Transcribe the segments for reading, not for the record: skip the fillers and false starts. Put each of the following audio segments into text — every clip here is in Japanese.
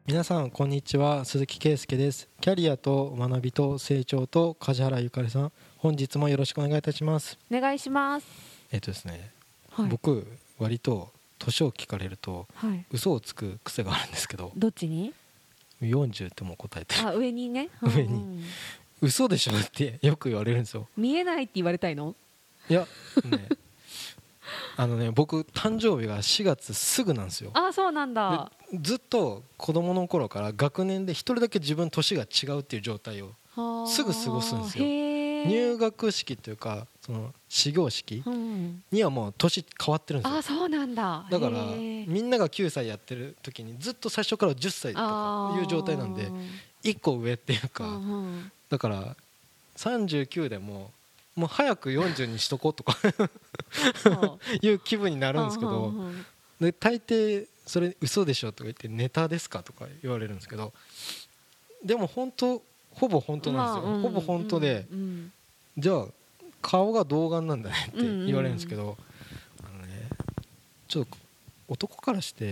皆さんこんにちは、鈴木圭介です。キャリアと学びと成長と梶原ゆかりさん、本日もよろしくお願いいたします。 お願いします。 ですね、 はい、 僕割と年を聞かれるとはい、 嘘をつく癖があるんですけど、 どっちに？ 40ってもう答えてる。 上にね、 上にうん、 嘘でしょってよく言われるんですよ。 見えないって言われたいの？ いやね僕誕生日が4月すぐなんですよ。 そうなんだ。 ずっと子供の頃から学年で一人だけ自分年が違うっていう状態をすぐ過ごすんですよ。入学式というかその始業式にはもう年変わってるんですよ。 そうなんだ。 だからみんなが9歳やってる時にずっと最初から10歳とかいう状態なんで1個上っていうか、だから39でもう早く40にしとこうとかいう気分になるんですけど、で大抵それ嘘でしょとか言ってネタですかとか言われるんですけど、でもほぼ本当なんですよ。ほぼ本当で、じゃあ顔が童顔なんだねって言われるんですけど、ちょっと男からして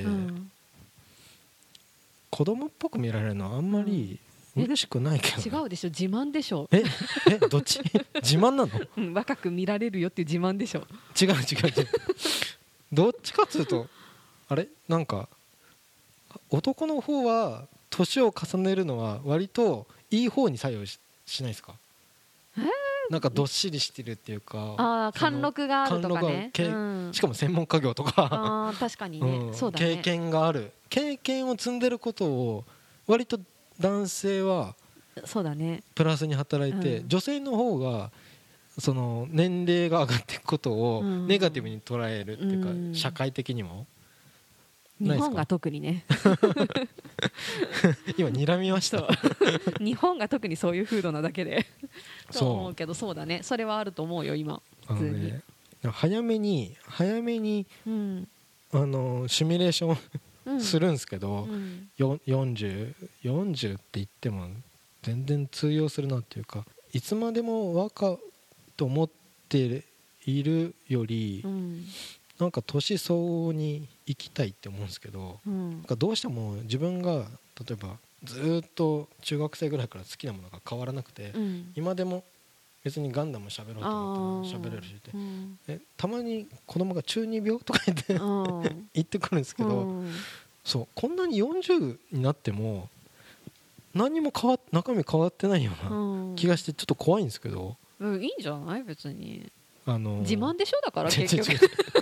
子供っぽく見られるのはあんまり嬉しくないけど、 違うでしょ、自慢でしょ。 どっち自慢なの？ 若く見られるよっていう自慢でしょ。 違うどっちかっつうとなんか男の方は年を重ねるのは割といい方に作用 しないですか？なんかどっしりしてるっていうか、 貫禄があるとかね、 しかも専門家業とか確かにね、そうだね、 経験がある、経験を積んでることを割と男性はそうだね、 プラスに働いて、女性の方がその年齢が上がっていくことをネガティブに捉えるっていうか、社会的にも日本が特にね今睨みました日本が特にそういう風土なだけでと思うけど、そうだね、それはあると思うよ今普通に、 早めに、シミュレーションするんですけど、40って言っても全然通用するなっていうか、いつまでも若と思っているより、なんか年相応に生きたいって思うんですけど、なんかどうしても自分が例えばずっと中学生ぐらいから好きなものが変わらなくて、今でも別にガンダム喋ろうと思ったら喋れるし、たまに子供が中二病とか言って言ってくるんですけど、そうこんなに40になっても何も中身変わってないような気がしてちょっと怖いんですけど、 いいんじゃない別に。自慢でしょ、だから結局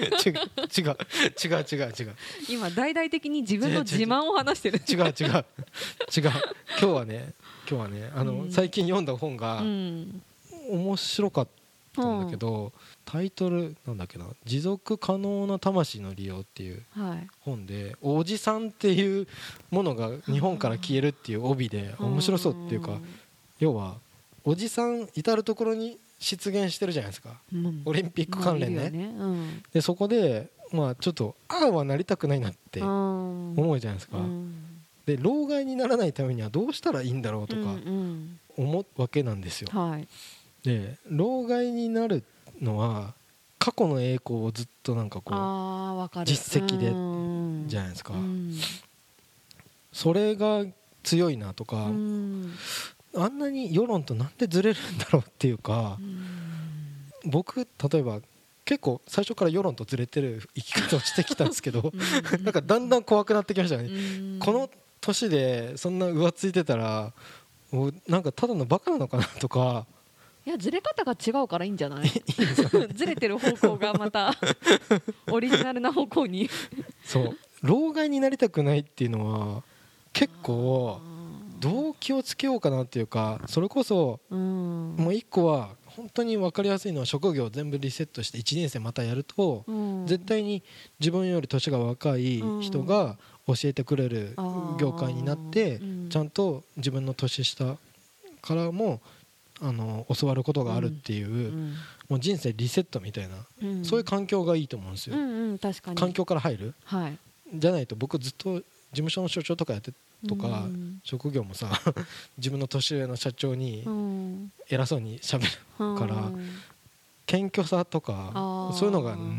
違う今大々的に自分の自慢を話してる。 違う今日はね最近読んだ本が面白かったんだけど、タイトルなんだっけな、持続可能な魂の利用っていう本で、おじさんっていうものが日本から消えるっていう帯で面白そうっていうか、要はおじさん至る所に出現してるじゃないですか、オリンピック関連ね、でそこでちょっとああはなりたくないなって思うじゃないですか、で老害にならないためにはどうしたらいいんだろうとか思うわけなんですよ、で老害になるのは過去の栄光をずっとなんかこう実績でじゃないですか、それが強いなとか、あんなに世論となんでずれるんだろうっていうか、僕例えば結構最初から世論とずれてる生き方をしてきたんですけどなんかだんだん怖くなってきましたね。この年でそんな浮ついてたらなんかただのバカなのかなとか。 いや、ずれ方が違うからいいんじゃないずれてる方向がまたオリジナルな方向にそう老害になりたくないっていうのは結構どう気をつけようかなっていうか、それこそもう一個は本当に分かりやすいのは、職業を全部リセットして1年生またやると絶対に自分より年が若い人が教えてくれる業界になって、ちゃんと自分の年下からも教わることがあるっていう、もう人生リセットみたいな、そういう環境がいいと思うんですよ、 確かに環境から入る、じゃないと僕ずっと事務所の所長とかやってとか、職業もさ自分の年上の社長に偉そうにしゃべるから、謙虚さとかそういうのが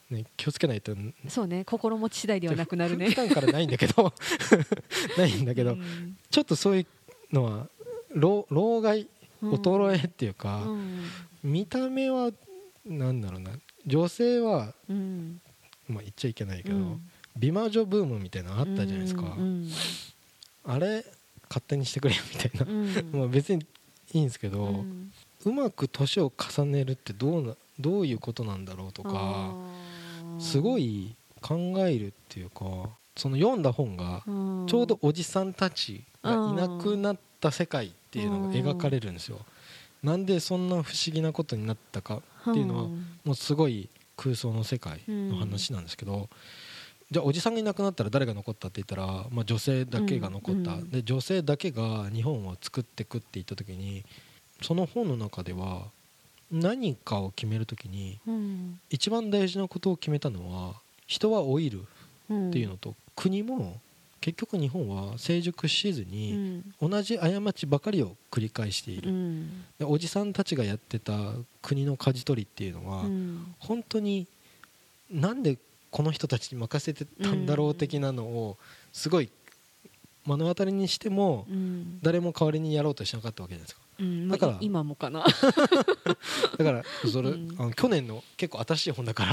ね、気をつけないと。 そうね、心持ち次第ではなくなるね。 普段からないんだけどないんだけど、ちょっとそういうのは老害、衰えっていうか、見た目はなんだろうな、女性は、まあ言っちゃいけないけど、美魔女ブームみたいなのあったじゃないですか、あれ勝手にしてくれよみたいな、まあ別にいいんですけど、うまく年を重ねるってどういうことなんだろうとか、すごい考えるっていうか、その読んだ本がちょうどおじさんたちがいなくなった世界っていうのが描かれるんですよ。なんでそんな不思議なことになったかっていうのはもうすごい空想の世界の話なんですけど、じゃあおじさんがいなくなったら誰が残ったって言ったら、まあ、女性だけが残った、で女性だけが日本を作っていくって言った時に、その本の中では何かを決める時に一番大事なことを決めたのは、人は老いるっていうのと、国も結局日本は成熟しずに同じ過ちばかりを繰り返している、でおじさんたちがやってた国の舵取りっていうのは本当になんでこの人たちに任せてたんだろう的なのをすごい目の当たりにしても誰も代わりにやろうとしなかったわけじゃないですか。だから今もかなだからそれ、去年の結構新しい本だから、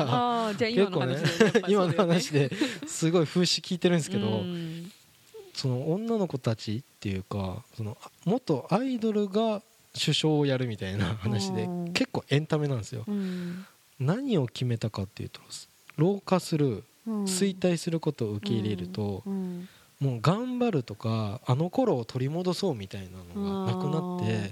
じゃあ今の話で、ね、 今の話ですごい風刺聞いてるんですけど、その女の子たちっていうか、その元アイドルが首相をやるみたいな話で結構エンタメなんですよ。何を決めたかっていうと、老化する、衰退することを受け入れると、もう頑張るとかあの頃を取り戻そうみたいなのがなくなって、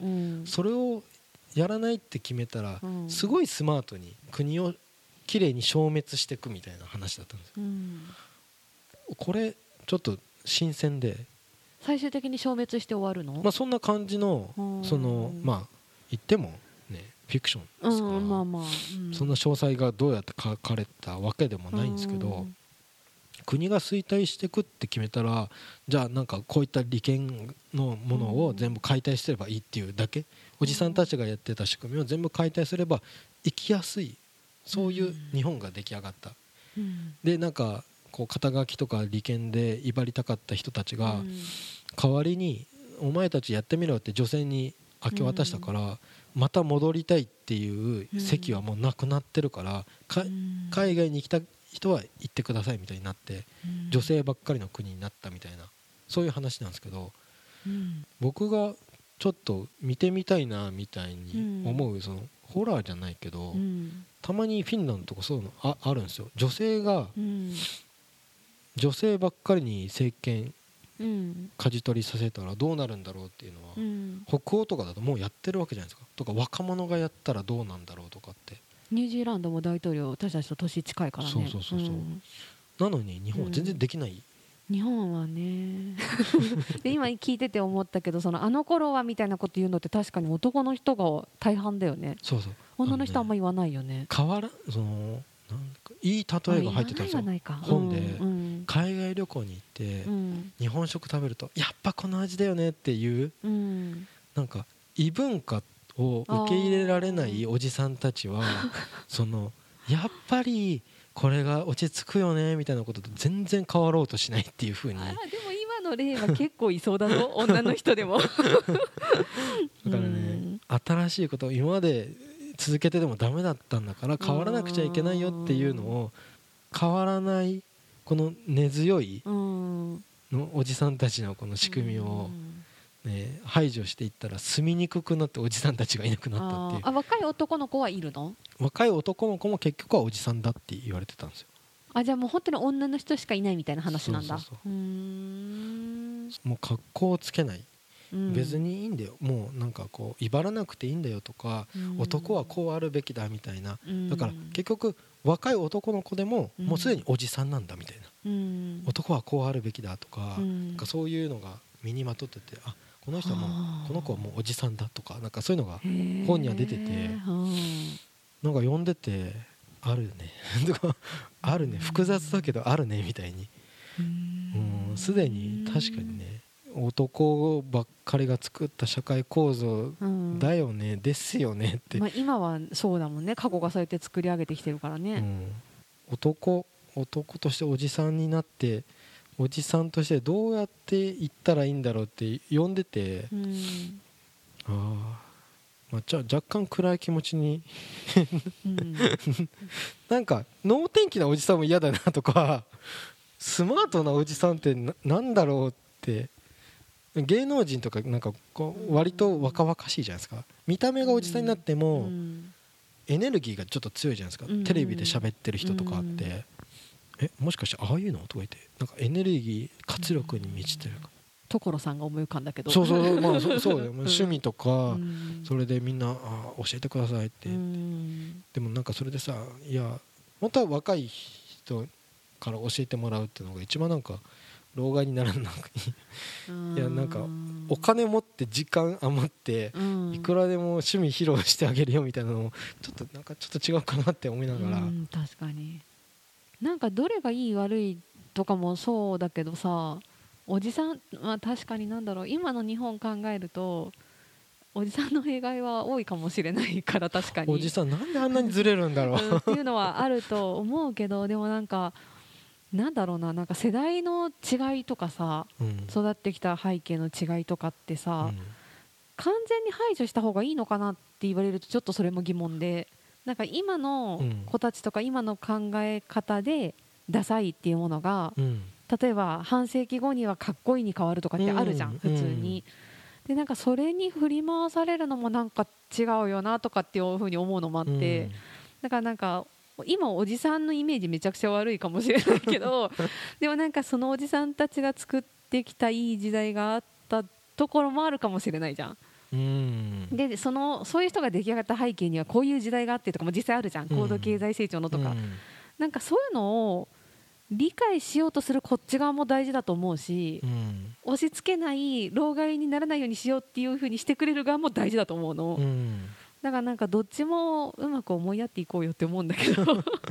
それをやらないって決めたらすごいスマートに国をきれいに消滅していくみたいな話だったんですよ。これちょっと新鮮で、 最終的に消滅して終わるの？ まあそんな感じの、そのまあ言ってもねフィクションですから、そんな詳細がどうやって書かれたわけでもないんですけど、国が衰退していくって決めたら、じゃあなんかこういった利権のものを全部解体すればいいっていうだけ、おじさんたちがやってた仕組みを全部解体すれば生きやすい、そういう日本が出来上がった。でなんかこう肩書きとか利権で威張りたかった人たちが代わりにお前たちやってみろって女性に明け渡したから、また戻りたいっていう席はもうなくなってるから、海外に来た人は行ってくださいみたいになって、女性ばっかりの国になったみたいな、そういう話なんですけど、僕がちょっと見てみたいなみたいに思う、そのホラーじゃないけど、たまにフィンランドとかそういうのあるんですよ。女性ばっかりに政権舵取りさせたらどうなるんだろうっていうのは、北欧とかだともうやってるわけじゃないですか。とか若者がやったらどうなんだろうとかって。 ニュージーランドも大統領私たちと年近いからね。 そう、なのに日本は全然できない、 日本はねで今聞いてて思ったけど、あの頃はみたいなこと言うのって確かに男の人が大半だよね。 そう女の人あんま言わないよね。 そのいい例えが入ってたんですよ、本で、海外旅行に行って、日本食食べるとやっぱこの味だよねっていう、なんか異文化を受け入れられないおじさんたちはやっぱりこれが落ち着くよねみたいなことと全然変わろうとしないっていう風に。 でも今の例は結構いそうだぞ女の人でもだからね、新しいことを今まで続けてでもダメだったんだから変わらなくちゃいけないよっていうのを、変わらないこの根強いのおじさんたちのこの仕組みを排除していったら住みにくくなっておじさんたちがいなくなったっていう。 若い男の子はいるの？ 若い男の子も結局はおじさんだって言われてたんですよ。 じゃあもう本当に女の人しかいないみたいな話なんだ。 もう格好をつけない、別にいいんだよ、もうなんかこう威張らなくていいんだよとか、男はこうあるべきだみたいな、だから結局若い男の子でももうすでにおじさんなんだみたいな、男はこうあるべきだとか、なんかそういうのが身にまとってて、この人はもうこの子はもうおじさんだとか、なんかそういうのが本には出てて、なんか読んでてあるねあるね、複雑だけどあるねみたいに、すでに確かにね、男ばっかりが作った社会構造だよね、ですよねって、 今はそうだもんね、過去がそうやって作り上げてきてるからね。 男としておじさんになっておじさんとしてどうやっていったらいいんだろうって読んでて、若干暗い気持ちになんか能天気なおじさんも嫌だなとかスマートなおじさんってなんだろうって、芸能人とかなんかこう割と若々しいじゃないですか。見た目がおじさんになってもエネルギーがちょっと強いじゃないですか。テレビで喋ってる人とかあってもしかしてああいうのとか言ってなんかエネルギー活力に満ちてる所さんが思い浮かんだけどそうだよ趣味とかそれでみんな教えてくださいってでもなんかそれでさいや本当は若い人から教えてもらうっていうのが一番なんか老害にならなくいやなんかお金持って時間余っていくらでも趣味披露してあげるよみたいなのもちょっと違うかなって思いながら確かになんかどれがいい悪いとかもそうだけどさおじさんは確かになんだろう今の日本考えるとおじさんの弊害は多いかもしれないから確かにおじさんなんであんなにずれるんだろうっていうのはあると思うけどでもなんかなんだろうななんか世代の違いとかさ、育ってきた背景の違いとかってさ、完全に排除した方がいいのかなって言われるとちょっとそれも疑問でなんか今の子たちとか今の考え方でダサいっていうものが、例えば半世紀後にはかっこいいに変わるとかってあるじゃん、普通に。でなんかそれに振り回されるのもなんか違うよなとかっていうふうに思うのもあって、だからなんか今おじさんのイメージめちゃくちゃ悪いかもしれないけどでもなんかそのおじさんたちが作ってきたいい時代があったところもあるかもしれないじゃん。でそういう人が出来上がった背景にはこういう時代があってとかも実際あるじゃん、高度経済成長のとか、なんかそういうのを理解しようとするこっち側も大事だと思うし、押し付けない老害にならないようにしようっていう風にしてくれる側も大事だと思うの、だからなんかどっちもうまく思いやっていこうよって思うんだけど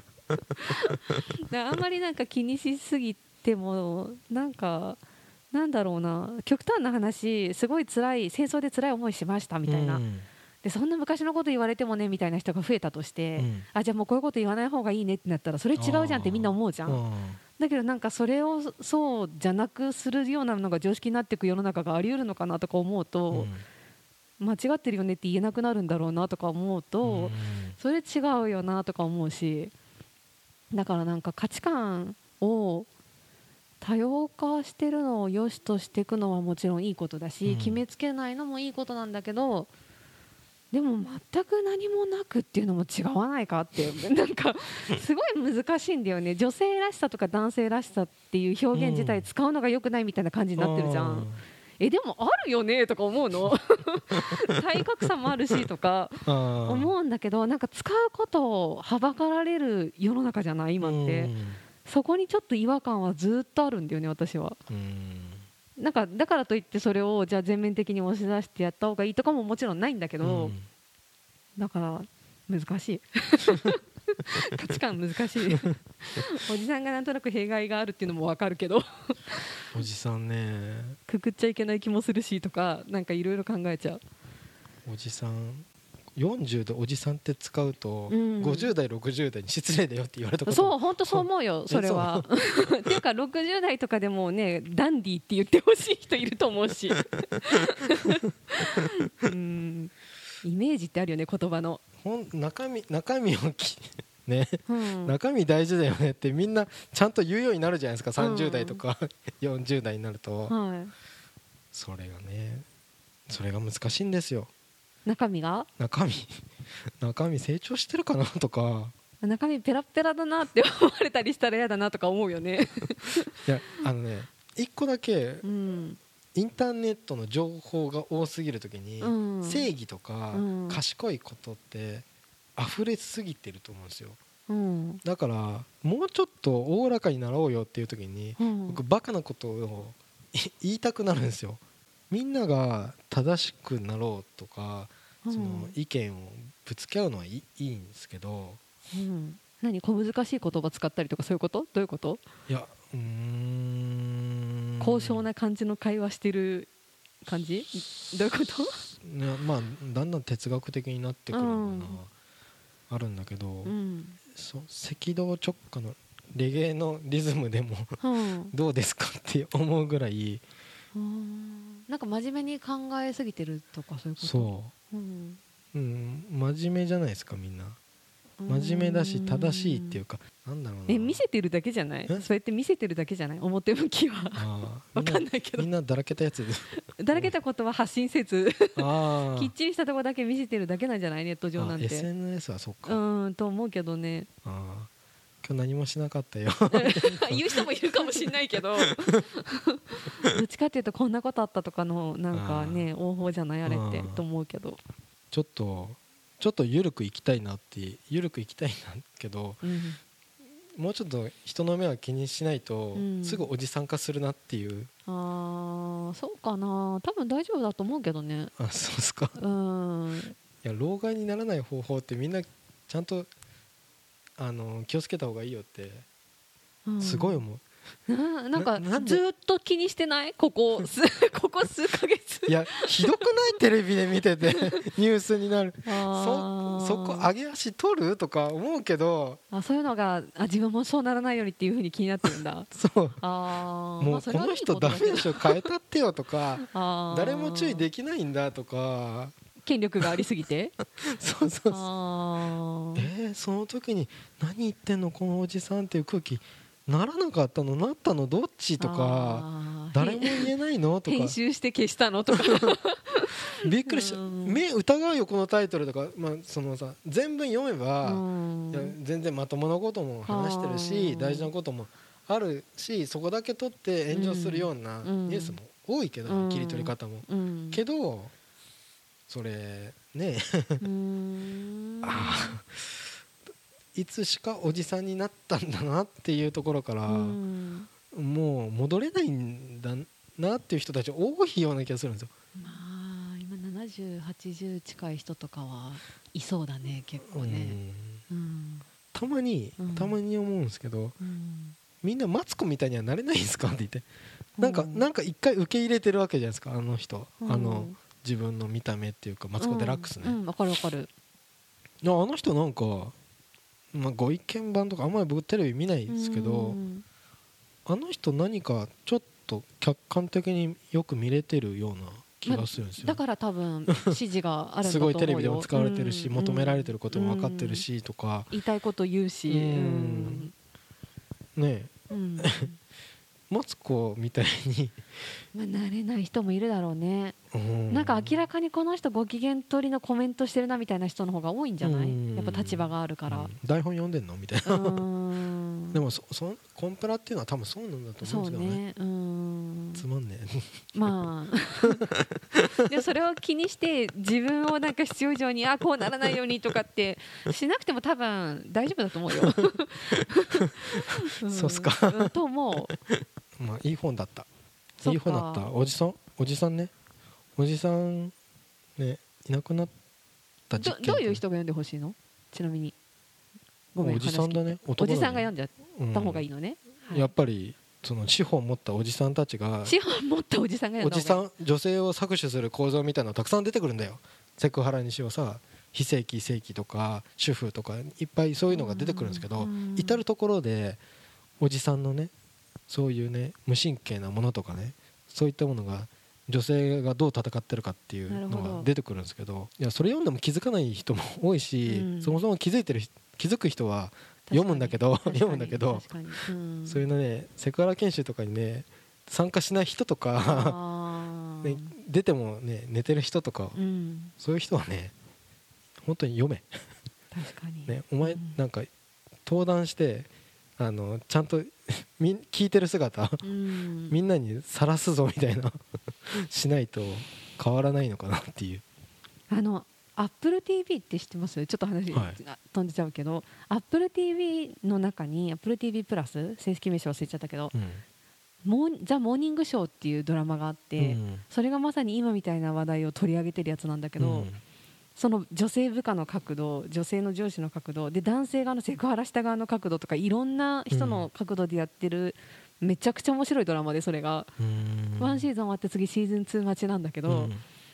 あんまりなんか気にしすぎてもなんかなんだろうな極端な話すごい辛い戦争で辛い思いしましたみたいな、でそんな昔のこと言われてもねみたいな人が増えたとして、じゃあもうこういうこと言わない方がいいねってなったらそれ違うじゃんってみんな思うじゃん。だけどなんかそれをそうじゃなくするようなのが常識になっていく世の中があり得るのかなとか思うと、間違ってるよねって言えなくなるんだろうなとか思うと、それ違うよなとか思うし、だからなんか価値観を多様化してるのを良しとしていくのはもちろんいいことだし、決めつけないのもいいことなんだけど、でも全く何もなくっていうのも違わないかってなんかすごい難しいんだよね。女性らしさとか男性らしさっていう表現自体使うのが良くないみたいな感じになってるじゃん。でもあるよねとか思うの体格差もあるしとか思うんだけど、なんか使うことをはばかられる世の中じゃない今って。そこにちょっと違和感はずっとあるんだよね私は。なんかだからといってそれをじゃあ全面的に押し出してやった方がいいとかももちろんないんだけど、だから難しい価値観難しいおじさんがなんとなく弊害があるっていうのも分かるけどおじさんねくくっちゃいけない気もするしとかなんかいろいろ考えちゃう。 おじさん40でおじさんって使うと、50代60代に失礼だよって言われたことそう本当そう思うよそれはっていうか60代とかでもねダンディーって言ってほしい人いると思うしイメージってあるよね言葉の中身をね、中身大事だよねってみんなちゃんと言うようになるじゃないですか、30代とか40代になると、それがねそれが難しいんですよ。中身成長してるかなとか中身ペラペラだなって思われたりしたら嫌だなとか思うよねいや一個だけ、インターネットの情報が多すぎるときに、正義とか、賢いことって溢れすぎてると思うんですよ、だからもうちょっとおおらかになろうよっていうときに、僕バカなことを言いたくなるんですよ。みんなが正しくなろうとか、その意見をぶつけ合うのはいいんですけど、 何小難しい言葉使ったりとかそういうことどういうこと？ いや高尚な感じの会話してる感じどういうこと？ まあだんだん哲学的になってくるのかな、 あるんだけど、 うん、 赤道直下のレゲエのリズムでもどうですかって思うぐらい、 なんか真面目に考えすぎてるとかそういうこと。 そう、うんうん、真面目じゃないですかみんな。真面目だし正しいっていうか、なんだろうな、 見せてるだけじゃない？そうやって見せてるだけじゃない？表向きは分かんないけど、 みんなだらけたやつだらけたことは発信せずきっちりしたところだけ見せてるだけなんじゃない？ネット上なんて。 SNS はそっかと思うけどね。 今日何もしなかったよ言う人もいるかもしれないけどどっちかっていうとこんなことあったとかのなんかね応報じゃないあれってと思うけど、 ちょっと緩くいきたいなけど、うん、もうちょっと人の目は気にしないと、すぐおじさん化するなっていう。 そうかな、多分大丈夫だと思うけどね。 そうっすか。いや老害にならない方法ってみんなちゃんと気をつけた方がいいよってすごい思う。 なんかずっと気にしてない？ここ数ヶ月いやひどくない？テレビで見ててニュースになる。そこ上げ足取るとか思うけど、 そういうのが自分もそうならないようにっていう風に気になってるんだそうもうこの人ダメでしょ変えたってよとか誰も注意できないんだとか、 権力がありすぎてそうその時に何言ってんのこのおじさんっていう空気ならなかったのなったのどっちとか誰も言えないのとか編集して消したのとかびっくりした。目疑うよこのタイトルとか、そのさ全文読めばいや全然まともなことも話してるし大事なこともあるし、そこだけ取って炎上するようなニュースも多いけど、切り取り方も、けどそれねいつしかおじさんになったんだなっていうところから、もう戻れないんだなっていう人たち多いような気がするんですよ。 今70、80近い人とかはいそうだね結構ね。 たまに思うんですけど、みんなマツコみたいにはなれないんですかって言って、なんか一回受け入れてるわけじゃないですかあの人、自分の見た目っていうかマツコ・デラックスね。 わかるわかる。 あの人なんかご意見番とかあんまり僕テレビ見ないですけど、あの人何かちょっと客観的によく見れてるような気がするんですよ。 だから多分指示があるんだと思うよ。すごいテレビでも使われてるし、求められてることも分かってるしとか、 言いたいこと言うし、 ねマツコみたいになれない人もいるだろうね。なんか明らかにこの人ご機嫌取りのコメントしてるなみたいな人の方が多いんじゃない？やっぱ立場があるから、 台本読んでんのみたいなでもコンプラっていうのは多分そうなんだと思うんですけどね。つまんねえでもそれを気にして自分をなんか必要以上にこうならないようにとかってしなくても多分大丈夫だと思うよそうっすかと思う。 いい本だった。いい本だった。おじさんねいなくなった実験。 どういう人が読んでほしいの？ちなみにごめん、 おじさんだね。 おじさんが読んじゃった方がいいのね。 やっぱりその資本を持ったおじさんたちが資本を持ったおじさんが読んだ方がいい。 女性を搾取する構造みたいなのたくさん出てくるんだよ。セクハラにしようさ、非正規とか主婦とかいっぱいそういうのが出てくるんですけど、至る所でおじさんのねそういうね無神経なものとかね、そういったものが女性がどう戦ってるかっていうのが出てくるんですけど、いやそれ読んでも気づかない人も多いし、そもそも気づく人は読むんだけどそういうのねセクハラ研修とかにね参加しない人とかね、出てもね寝てる人とか、そういう人はね本当に読め確かに、 ね、お前なんか登壇してちゃんと聞いてる姿、みんなにさらすぞみたいなしないと変わらないのかなっていう。 Apple TV って知ってます？ちょっと話飛んでちゃうけど、Apple TV の中に Apple TV プラス正式名称忘れちゃったけど、ザ・モーニングショーっていうドラマがあって、それがまさに今みたいな話題を取り上げてるやつなんだけど、その女性部下の角度、女性の上司の角度で、男性側のセクハラした側の角度とかいろんな人の角度でやってる、めちゃくちゃ面白いドラマで、それがワンシーズン終わって次シーズン2待ちなんだけど、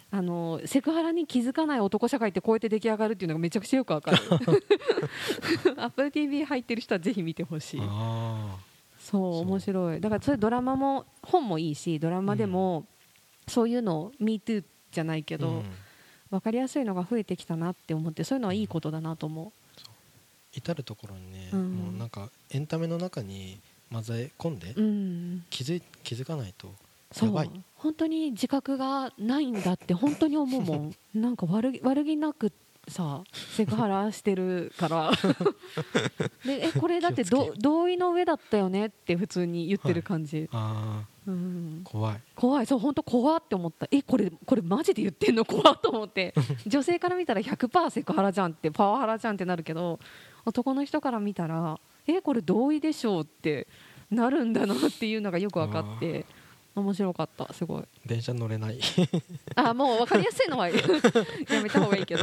セクハラに気づかない男社会ってこうやって出来上がるっていうのがめちゃくちゃよくわかるApple TV 入ってる人はぜひ見てほしい。そう面白い。だからそれドラマも本もいいし、ドラマでもそういうの MeToo じゃないけど、分かりやすいのが増えてきたなって思って、そういうのはいいことだなと思う。 至る所にね、もうなんかエンタメの中に混ぜ込んで、気づかないとやばい。 本当に自覚がないんだって本当に思うもんなんか悪気なくさセクハラしてるからでこれだって同意の上だったよねって普通に言ってる感じ、怖い。そう本当怖って思った。これマジで言ってんの怖っと思って女性から見たら 100% セクハラじゃんってパワハラじゃんってなるけど、男の人から見たらこれ同意でしょうってなるんだなっていうのがよく分かって面白かった。すごい。 電車乗れないもう分かりやすいのはやめた方がいいけど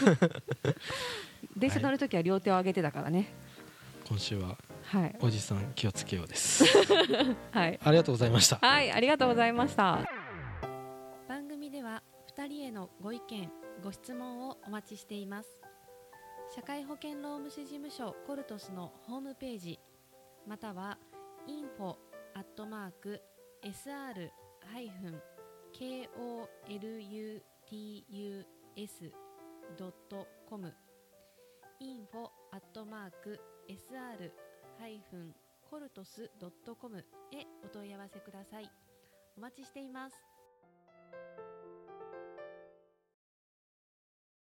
電車乗るときは両手を上げてだからね。 今週は、 はい、 おじさん気をつけようですはい、 ありがとうございました。 はい、ありがとうございました。番組では2人へのご意見ご質問をお待ちしています。社会保険労務士事務所コルトスのホームページまたは info@sr-koluts.com info@sr-coltos.com へお問い合わせください。お待ちしています。